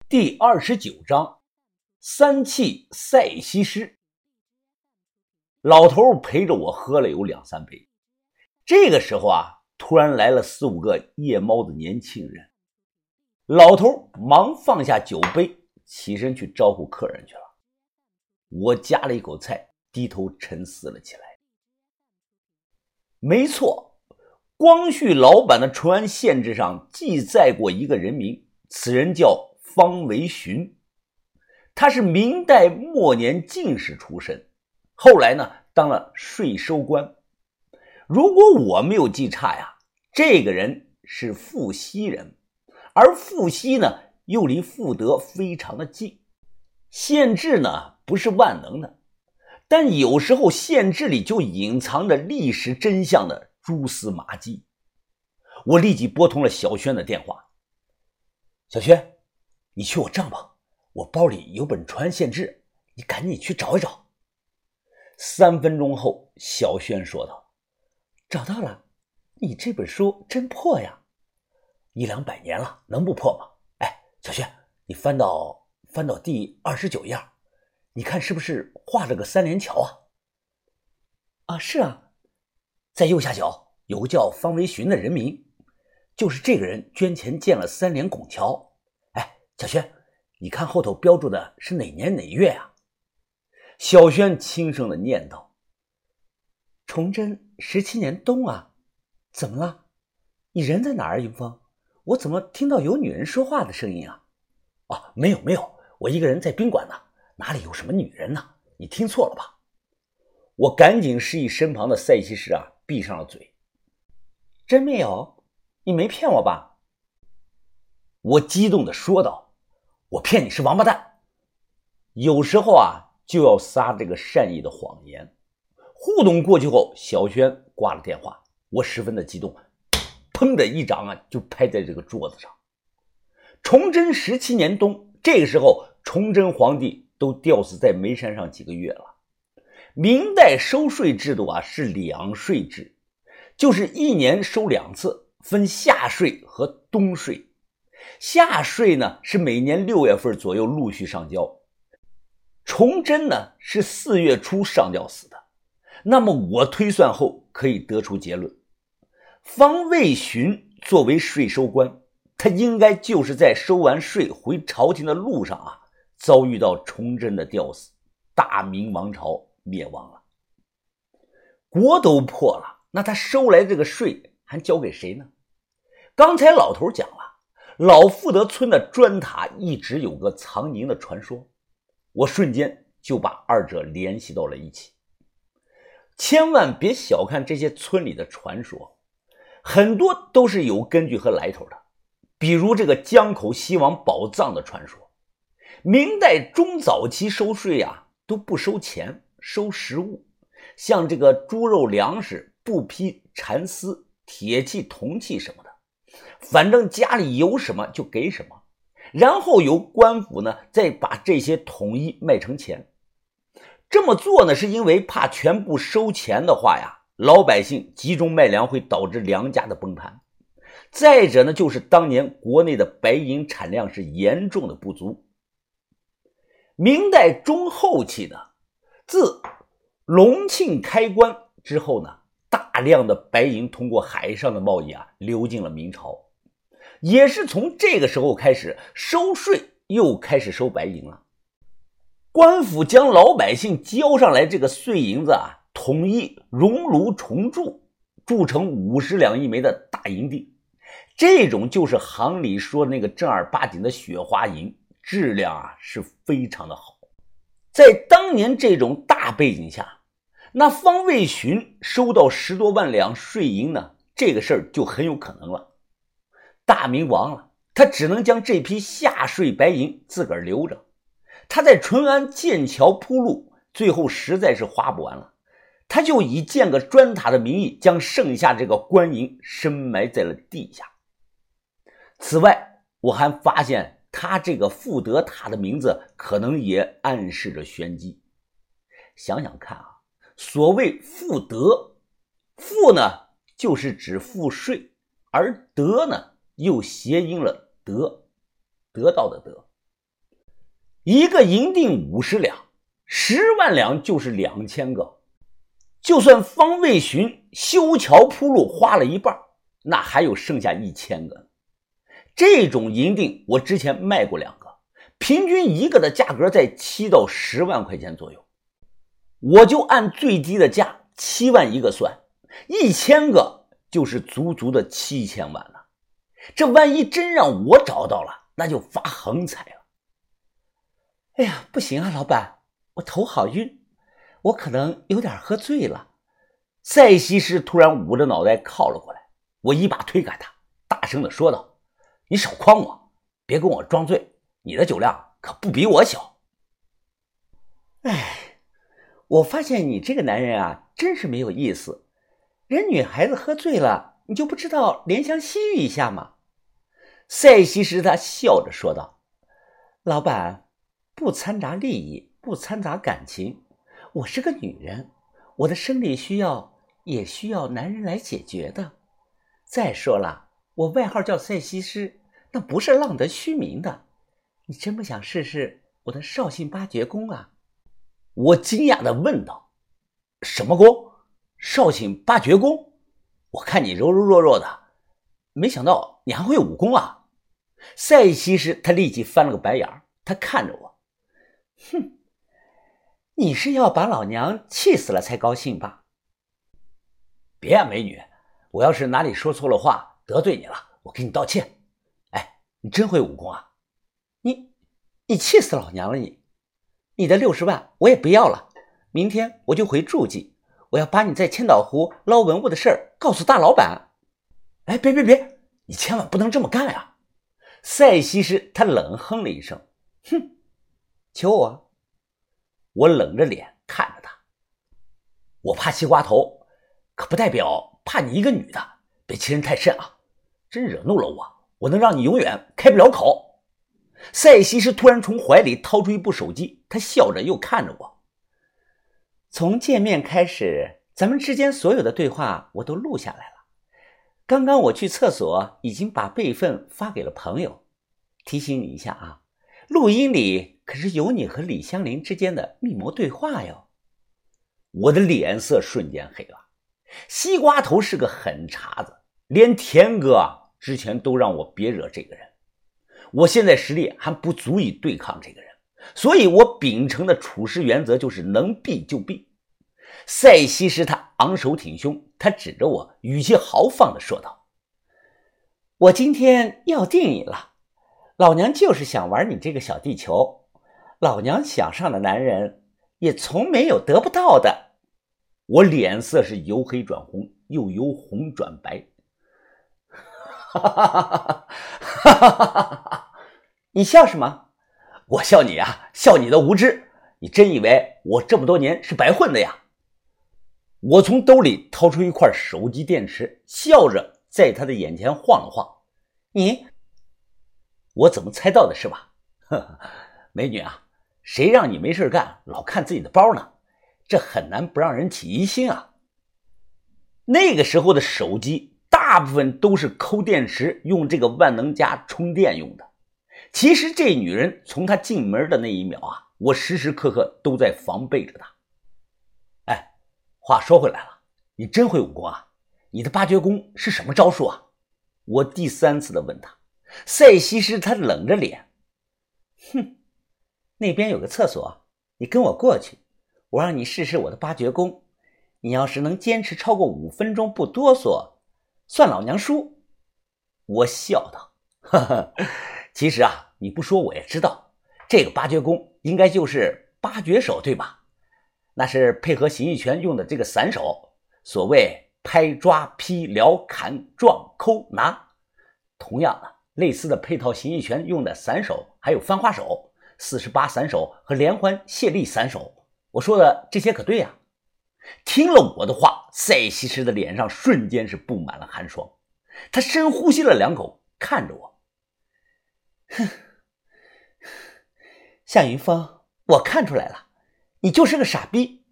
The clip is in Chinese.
第29章三气赛西施。老头陪着我喝了有2-3杯，这个时候突然来了4、5个夜猫子年轻人。老头忙放下酒杯，起身去招呼客人去了。我夹了一口菜，低头沉思了起来。没错，光绪老版的淳安县志上记载过一个人名，此人叫方维询。他是明代末年进士出身，后来呢当了税收官。如果我没有记差这个人是富西人，而富西呢又离富德非常的近。县志呢不是万能的，但有时候县志里就隐藏着历史真相的蛛丝马迹。我立即拨通了小轩的电话。小轩，你去我账吧，我包里有本淳安县志，你赶紧去找一找。3分钟后，小轩说道：找到了，你这本书真破呀，100-200年了，能不破吗？小轩，你翻到第29页，你看是不是画了个3联桥是啊，在右下角有个叫方维询的人名，就是这个人捐钱建了3联拱桥。小轩，你看后头标注的是哪年哪月小轩轻声的念道：崇祯17年冬怎么了？你人在哪儿云峰？我怎么听到有女人说话的声音没有，我一个人在宾馆呢，哪里有什么女人呢？你听错了吧？我赶紧示意身旁的赛西施闭上了嘴。真没有？你没骗我吧？我激动地说道：我骗你是王八蛋。有时候就要撒这个善意的谎言。互动过去后，小轩挂了电话，我十分的激动，砰的一掌就拍在这个桌子上。崇祯17年冬，这个时候崇祯皇帝都吊死在煤山上几个月了。明代收税制度是2税制，就是1年收2次，分夏税和冬税。夏税呢是每年6月份左右陆续上交，崇祯呢是4月初上交死的。那么我推算后可以得出结论，方维询作为税收官，他应该就是在收完税回朝廷的路上遭遇到崇祯的吊死，大明王朝灭亡了。国都破了，那他收来这个税还交给谁呢？刚才老头讲了，老富德村的砖塔一直有个藏银的传说，我瞬间就把二者联系到了一起。千万别小看这些村里的传说，很多都是有根据和来头的。比如这个江口西王宝藏的传说，明代中早期收税都不收钱，收实物，像这个猪肉、粮食、布匹、蚕丝、铁器、铜器什么的，反正家里有什么就给什么，然后由官府呢再把这些统一卖成钱。这么做呢是因为怕全部收钱的话老百姓集中卖粮会导致粮价的崩盘。再者呢就是当年国内的白银产量是严重的不足。明代中后期呢，自隆庆开关之后呢，大量的白银通过海上的贸易流进了明朝。也是从这个时候开始，收税又开始收白银了。官府将老百姓交上来这个碎银子统一熔炉重铸，铸成50两一枚的大银锭。这种就是行里说那个正儿八经的雪花银，质量是非常的好。在当年这种大背景下，那方维询收到10多万两税银呢，这个事儿就很有可能了。大明亡了，他只能将这批夏税白银自个儿留着。他在淳安建桥铺路，最后实在是花不完了，他就以建个砖塔的名义，将剩下这个官银深埋在了地下。此外，我还发现他这个富德塔的名字可能也暗示着玄机。想想看所谓富德，富呢就是指赋税，而德呢又谐音了得到的得。 一个银锭50两，10万两就是2000个。就算方卫寻修桥铺路花了一半，那还有剩下1000个。这种银锭我之前卖过2个，平均一个的价格在7到10万块钱左右。我就按最低的价7万一个算，1000个就是足足的7000万了。这万一真让我找到了，那就发横财了。 哎呀，不行啊，老板，我头好晕，我可能有点喝醉了。 赛西施突然捂着脑袋靠了过来，我一把推开他，大声地说道：“你少诓我，别跟我装醉，你的酒量可不比我小。” 哎，我发现你这个男人啊，真是没有意思。人女孩子喝醉了，你就不知道怜香惜玉一下吗？ 赛西施他笑着说道：“ 老板，不掺杂利益，不掺杂感情。我是个女人，我的生理需要也需要男人来解决的。再说了，我外号叫赛西施，那不是浪得虚名的。你真不想试试我的绍兴八绝功啊？” 我惊讶地问道：“什么功？绍兴八绝功？我看你柔柔弱弱的，没想到你还会武功啊！”赛西施他立即翻了个白眼，他看着我：“ 哼，你是要把老娘气死了才高兴吧？”“ 别啊，美女，我要是哪里说错了话，得罪你了，我给你道歉。哎，你真会武功啊？ 你气死老娘了你的60万我也不要了，明天我就回诸暨，我要把你在千岛湖捞文物的事儿告诉大老板。”“ 哎，别，你千万不能这么干啊！”赛西施他冷哼了一声：“ 哼，求我？” 我冷着脸看着他：“我怕西瓜头，可不代表怕你一个女的，别欺人太甚啊！真惹怒了我能让你永远开不了口。”赛西施突然从怀里掏出一部手机，他笑着又看着我：“ 从见面开始，咱们之间所有的对话我都录下来了。刚刚我去厕所已经把备份发给了朋友，提醒你一下啊，录音里可是有你和李香林之间的密谋对话哟。” 我的脸色瞬间黑了。西瓜头是个狠茬子，连田哥之前都让我别惹这个人。我现在实力还不足以对抗这个人，所以我秉承的处事原则就是能避就避。赛西施他昂首挺胸，他指着我，语气豪放地说道：“ 我今天要定你了，老娘就是想玩你这个小地球，老娘想上的男人也从没有得不到的。” 我脸色是由黑转红，又由红转白。 你笑什么？ 我笑你啊，笑你的无知。你真以为我这么多年是白混的呀？我从兜里掏出一块手机电池，笑着在他的眼前晃了晃。我怎么猜到的是吧？美女啊，谁让你没事干老看自己的包呢？这很难不让人起疑心啊。那个时候的手机大部分都是抠电池，用这个万能夹充电用的。其实这女人从她进门的那一秒啊，我时时刻刻都在防备着她。哎，话说回来了，你真会武功啊？你的八绝功是什么招数啊？我第3次的问她。赛西施她冷着脸：“ 哼，那边有个厕所，你跟我过去，我让你试试我的八绝功。你要是能坚持超过5分钟不哆嗦，算老娘输。” 我笑道：“哈哈，其实啊，你不说我也知道，这个八绝功应该就是八绝手，对吧？那是配合形意拳用的这个散手，所谓拍抓劈撩砍撞扣拿。同样的，类似的配套形意拳用的散手还有翻花手、48散手和连环卸力散手。我说的这些可对呀？”听了我的话，赛西施的脸上瞬间是布满了寒霜。他深呼吸了2口，看着我：“ 哼，夏云峰，我看出来了，你就是个傻逼。